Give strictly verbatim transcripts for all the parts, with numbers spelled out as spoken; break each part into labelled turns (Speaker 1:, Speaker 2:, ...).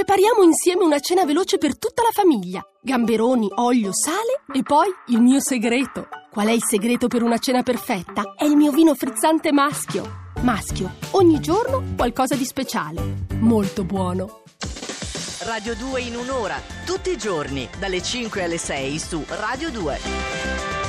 Speaker 1: Prepariamo insieme una cena veloce per tutta la famiglia. Gamberoni, olio, sale e poi il mio segreto. Qual è il segreto per una cena perfetta? È il mio vino frizzante maschio. Maschio, ogni giorno qualcosa di speciale. Molto buono.
Speaker 2: Radio due in un'ora, tutti i giorni, dalle cinque alle sei su Radio due.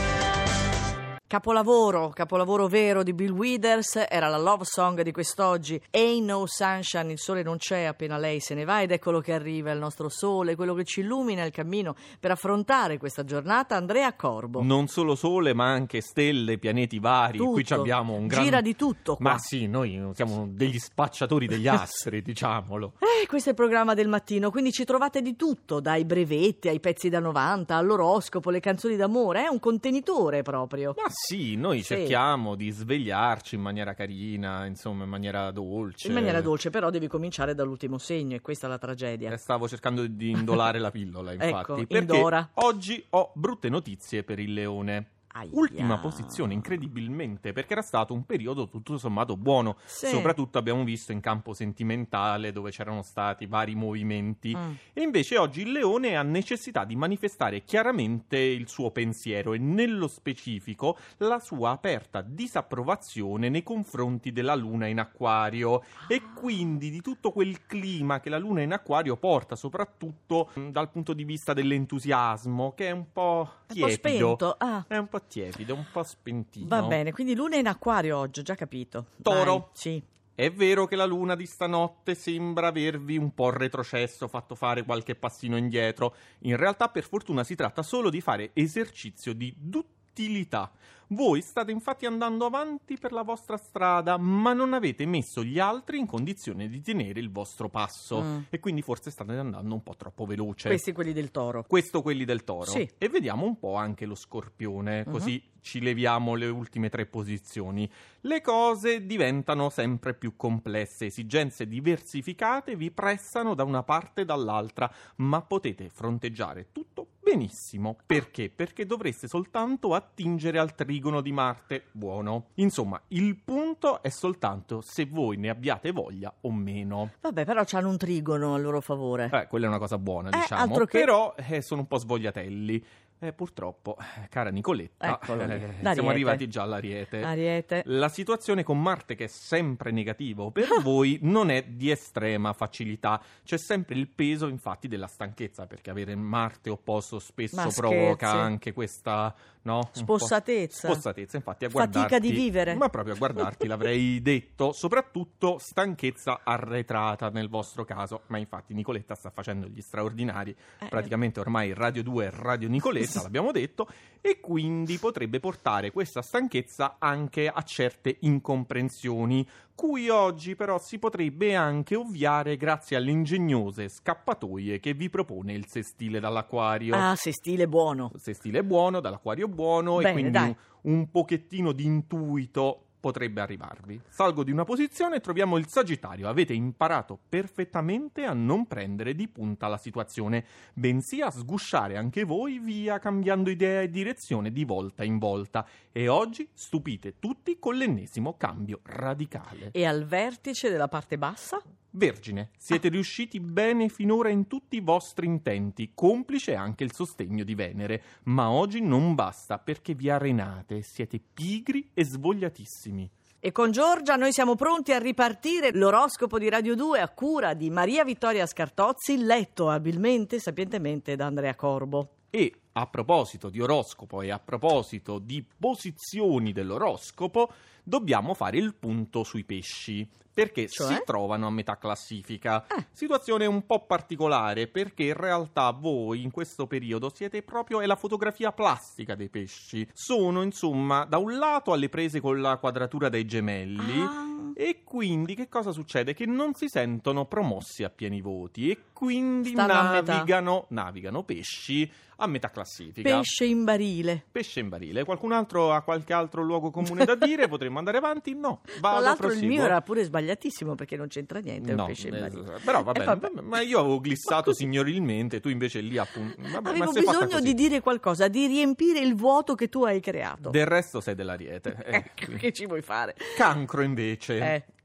Speaker 2: Capolavoro, capolavoro vero di Bill Withers, era la love song di quest'oggi. Ain't no sunshine, il sole non c'è appena lei se ne va, ed eccolo che arriva il nostro sole, quello che ci illumina il cammino per affrontare questa giornata, Andrea Corbo.
Speaker 3: Non solo sole, ma anche stelle, pianeti vari.
Speaker 2: Tutto.
Speaker 3: Qui abbiamo un gran...
Speaker 2: Gira di tutto qua.
Speaker 3: Ma sì, noi siamo degli spacciatori degli astri, diciamolo.
Speaker 2: Eh, questo è il programma del mattino, quindi ci trovate di tutto, dai brevetti ai pezzi da novanta, all'oroscopo, le canzoni d'amore, è un contenitore proprio.
Speaker 3: Ma sì, noi
Speaker 2: Sì.
Speaker 3: cerchiamo di svegliarci in maniera carina, insomma, in maniera dolce.
Speaker 2: In maniera dolce, però devi cominciare dall'ultimo segno, e questa è la tragedia.
Speaker 3: Eh, Stavo cercando di indolare la pillola, infatti.
Speaker 2: Ecco,
Speaker 3: perché
Speaker 2: indora.
Speaker 3: oggi ho brutte notizie per il leone.
Speaker 2: Aia.
Speaker 3: Ultima posizione, incredibilmente, perché era stato un periodo tutto sommato buono.
Speaker 2: Sì.
Speaker 3: Soprattutto abbiamo visto in campo sentimentale, dove c'erano stati vari movimenti.
Speaker 2: Mm.
Speaker 3: E invece oggi il leone ha necessità di manifestare chiaramente il suo pensiero e nello specifico la sua aperta disapprovazione nei confronti della luna in acquario.
Speaker 2: Ah.
Speaker 3: E quindi di tutto quel clima che la luna in acquario porta, soprattutto mh, dal punto di vista dell'entusiasmo, che è un po'
Speaker 2: Un po'
Speaker 3: tiepido.
Speaker 2: spento. Ah.
Speaker 3: È un po' tiepido, un po' spentino.
Speaker 2: Va bene, quindi luna in acquario oggi, ho già capito.
Speaker 3: Toro.
Speaker 2: Vai, sì.
Speaker 3: È vero che la luna di stanotte sembra avervi un po' retrocesso, fatto fare qualche passino indietro. In realtà, per fortuna, si tratta solo di fare esercizio di duttilità. Voi state infatti andando avanti per la vostra strada, ma non avete messo gli altri in condizione di tenere il vostro passo.
Speaker 2: Mm.
Speaker 3: E quindi forse state andando un po' troppo veloce.
Speaker 2: Questi quelli del toro.
Speaker 3: Questo quelli del toro.
Speaker 2: Sì.
Speaker 3: E vediamo un po' anche lo scorpione, così ci leviamo le ultime tre posizioni. Le cose diventano sempre più complesse, esigenze diversificate vi pressano da una parte e dall'altra, ma potete fronteggiare tutto benissimo. Perché? Perché dovreste soltanto attingere al trigono di Marte. Buono. Insomma, il punto è soltanto se voi ne abbiate voglia o meno.
Speaker 2: Vabbè, però c'hanno un trigono a loro favore.
Speaker 3: Eh, quella è una cosa buona,
Speaker 2: Eh,
Speaker 3: diciamo.
Speaker 2: altro che-
Speaker 3: Però eh, sono un po' svogliatelli. Eh, purtroppo, eh, cara Nicoletta,
Speaker 2: Eccolo lì,
Speaker 3: eh,
Speaker 2: l'Ariete.
Speaker 3: siamo arrivati già all'Ariete.
Speaker 2: Ariete.
Speaker 3: La situazione con Marte, che è sempre negativo per voi, non è di estrema facilità. C'è sempre il peso, infatti, della stanchezza, perché avere Marte opposto spesso
Speaker 2: Ma
Speaker 3: provoca
Speaker 2: scherzi.
Speaker 3: anche questa, no? Un po'
Speaker 2: Spossatezza.
Speaker 3: Spossatezza, infatti, a
Speaker 2: Fatica
Speaker 3: guardarti,
Speaker 2: di vivere.
Speaker 3: ma proprio a guardarti l'avrei detto, soprattutto stanchezza arretrata nel vostro caso. Ma infatti Nicoletta sta facendo gli straordinari,
Speaker 2: Eh,
Speaker 3: praticamente ormai Radio due è Radio Nicoletta, l'abbiamo detto, e quindi potrebbe portare questa stanchezza anche a certe incomprensioni, cui oggi però si potrebbe anche ovviare grazie alle ingegnose scappatoie che vi propone il sestile dall'acquario.
Speaker 2: Ah, se stile buono.
Speaker 3: Sestile buono, dall'acquario buono,
Speaker 2: Bene,
Speaker 3: e quindi
Speaker 2: dai.
Speaker 3: un, un pochettino di intuito potrebbe arrivarvi. Salgo di una posizione e troviamo il Sagittario. Avete imparato perfettamente a non prendere di punta la situazione, bensì a sgusciare anche voi via cambiando idea e direzione di volta in volta. E oggi stupite tutti con l'ennesimo cambio radicale.
Speaker 2: E al vertice della parte bassa?
Speaker 3: Vergine, siete riusciti bene finora in tutti i vostri intenti, complice anche il sostegno di Venere, ma oggi non basta perché vi arenate, siete pigri e svogliatissimi.
Speaker 2: E con Giorgia noi siamo pronti a ripartire l'oroscopo di Radio due a cura di Maria Vittoria Scartozzi, letto abilmente e sapientemente da Andrea Corbo.
Speaker 3: E a proposito di oroscopo e a proposito di posizioni dell'oroscopo, dobbiamo fare il punto sui pesci, perché
Speaker 2: Cioè?
Speaker 3: si trovano a metà classifica.
Speaker 2: Ah.
Speaker 3: Situazione un po' particolare, perché in realtà voi in questo periodo siete proprio, è la fotografia plastica dei pesci. Sono insomma da un lato alle prese con la quadratura dei gemelli,
Speaker 2: Ah.
Speaker 3: e quindi che cosa succede? Che non si sentono promossi a pieni voti e quindi
Speaker 2: Stanno a metà.
Speaker 3: navigano, navigano pesci a metà classifica.
Speaker 2: Pesce in barile.
Speaker 3: Pesce in barile. Qualcun altro ha qualche altro luogo comune da dire? Potremmo andare avanti? No. Vado,
Speaker 2: Tra l'altro
Speaker 3: proseguo.
Speaker 2: il mio era pure sbagliatissimo perché non c'entra niente, è un
Speaker 3: No,
Speaker 2: pesce in
Speaker 3: eh,
Speaker 2: barile.
Speaker 3: però va
Speaker 2: Eh,
Speaker 3: bene,
Speaker 2: vabbè.
Speaker 3: ma io avevo glissato
Speaker 2: Ma così-
Speaker 3: signorilmente, tu invece lì appunto. Vabbè, ma
Speaker 2: Avevo
Speaker 3: sei fatta
Speaker 2: bisogno
Speaker 3: così.
Speaker 2: di dire qualcosa, di riempire il vuoto che tu hai creato.
Speaker 3: Del resto sei dell'Ariete. Eh,
Speaker 2: Ecco, che ci vuoi fare?
Speaker 3: Cancro invece.
Speaker 2: Eh.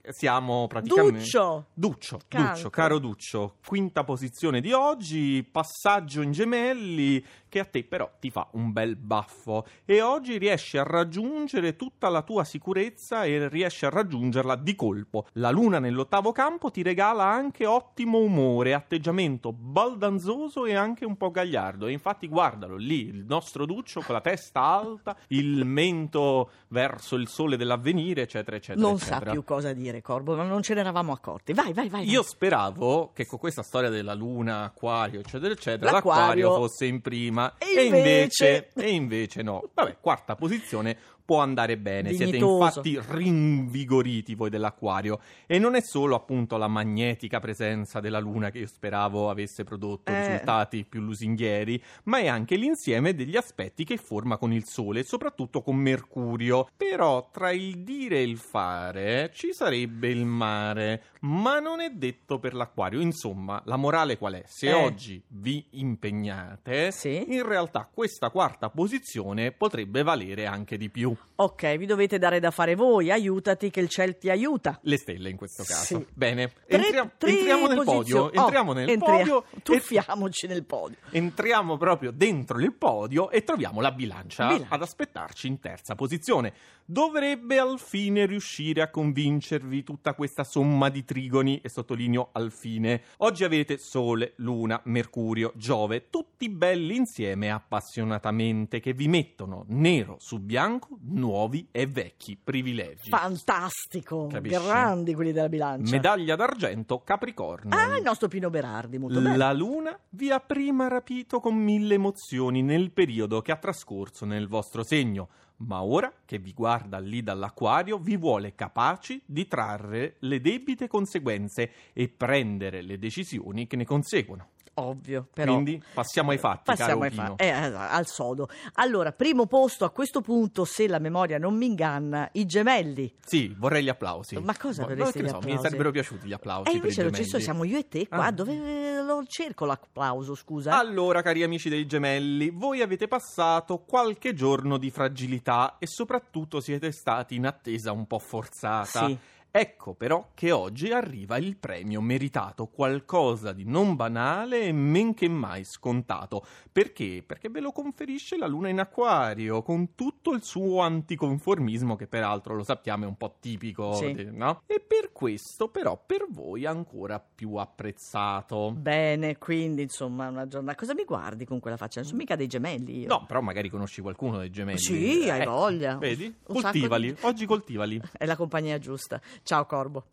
Speaker 3: siamo praticamente...
Speaker 2: Duccio!
Speaker 3: Duccio,
Speaker 2: Canto.
Speaker 3: Duccio, caro Duccio, quinta posizione di oggi, passaggio in gemelli, che a te però ti fa un bel baffo e oggi riesci a raggiungere tutta la tua sicurezza e riesci a raggiungerla di colpo. La luna nell'ottavo campo ti regala anche ottimo umore, atteggiamento baldanzoso e anche un po' gagliardo, e infatti guardalo lì, il nostro Duccio con la testa alta, il mento verso il sole dell'avvenire, eccetera eccetera
Speaker 2: Non
Speaker 3: eccetera.
Speaker 2: sa più cosa dire, Corbo, ma non ce ne eravamo accorti. Vai, vai, vai.
Speaker 3: Io
Speaker 2: vai.
Speaker 3: speravo che con questa storia della luna, acquario, eccetera, eccetera,
Speaker 2: L'acquario.
Speaker 3: l'acquario fosse in prima.
Speaker 2: E
Speaker 3: E invece...
Speaker 2: invece...
Speaker 3: e invece no. Vabbè, quarta posizione può andare bene.
Speaker 2: Dignitoso.
Speaker 3: Siete infatti rinvigoriti voi dell'acquario. E non è solo appunto la magnetica presenza della luna che io speravo avesse prodotto
Speaker 2: Eh.
Speaker 3: risultati più lusinghieri, ma è anche l'insieme degli aspetti che forma con il Sole e soprattutto con Mercurio. Però tra il dire e il fare ci sarebbe il mare, ma non è detto per l'acquario. Insomma, la morale qual è? Se
Speaker 2: Eh.
Speaker 3: oggi vi impegnate,
Speaker 2: Sì.
Speaker 3: in realtà questa quarta posizione potrebbe valere anche di più.
Speaker 2: Ok, vi dovete dare da fare voi, aiutati che il ciel ti aiuta.
Speaker 3: Le stelle in questo caso.
Speaker 2: Sì.
Speaker 3: Bene,
Speaker 2: Tre-
Speaker 3: entriamo,
Speaker 2: tre
Speaker 3: entriamo nel
Speaker 2: posizioni.
Speaker 3: podio.
Speaker 2: Oh,
Speaker 3: Entriamo nel
Speaker 2: entria-
Speaker 3: podio. e-
Speaker 2: Tuffiamoci nel podio.
Speaker 3: Entriamo proprio dentro il podio e troviamo la bilancia,
Speaker 2: Bilancia.
Speaker 3: ad aspettarci in terza posizione. Dovrebbe al fine riuscire a convincervi tutta questa somma di trigoni, e sottolineo al fine. Oggi avete Sole, Luna, Mercurio, Giove, tutti belli insieme appassionatamente, che vi mettono nero su bianco nuovi e vecchi privilegi.
Speaker 2: Fantastico,
Speaker 3: Capisci?
Speaker 2: grandi quelli della bilancia.
Speaker 3: Medaglia d'argento Capricorno.
Speaker 2: Ah, il nostro Pino Berardi, molto bene.
Speaker 3: La luna vi ha prima rapito con mille emozioni nel periodo che ha trascorso nel vostro segno, ma ora che vi guarda lì dall'acquario vi vuole capaci di trarre le debite conseguenze e prendere le decisioni che ne conseguono.
Speaker 2: Ovvio, però.
Speaker 3: Quindi passiamo ai fatti,
Speaker 2: Passiamo
Speaker 3: caro
Speaker 2: ai
Speaker 3: Pino.
Speaker 2: fatti. Eh, al sodo. Allora, primo posto a questo punto, se la memoria non mi inganna, i gemelli.
Speaker 3: Sì, vorrei gli applausi.
Speaker 2: Ma cosa
Speaker 3: Boh,
Speaker 2: vorresti
Speaker 3: che ne
Speaker 2: gli
Speaker 3: so, mi
Speaker 2: applausi?
Speaker 3: sarebbero piaciuti gli applausi
Speaker 2: E
Speaker 3: per i
Speaker 2: invece non ci
Speaker 3: gemelli.
Speaker 2: sono, siamo io e te qua.
Speaker 3: Ah.
Speaker 2: Dove lo cerco l'applauso, scusa?
Speaker 3: Allora, cari amici dei gemelli, voi avete passato qualche giorno di fragilità e soprattutto siete stati in attesa un po' forzata.
Speaker 2: Sì.
Speaker 3: Ecco però che oggi arriva il premio meritato, qualcosa di non banale e men che mai scontato. Perché? Perché ve lo conferisce la luna in acquario, con tutto il suo anticonformismo, che peraltro lo sappiamo è un po' tipico,
Speaker 2: Sì.
Speaker 3: de- no? E per questo però per voi ancora più apprezzato.
Speaker 2: Bene, quindi insomma una giornata. Cosa mi guardi con quella faccia? Non sono mica dei gemelli io.
Speaker 3: No, però magari conosci qualcuno dei gemelli.
Speaker 2: Sì, hai
Speaker 3: Eh,
Speaker 2: voglia.
Speaker 3: Vedi?
Speaker 2: Un sacco
Speaker 3: Coltivali,
Speaker 2: di-
Speaker 3: oggi coltivali.
Speaker 2: È la compagnia giusta. Ciao Corbo.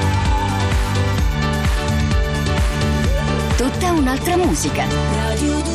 Speaker 4: Tutta un'altra musica.
Speaker 5: Radio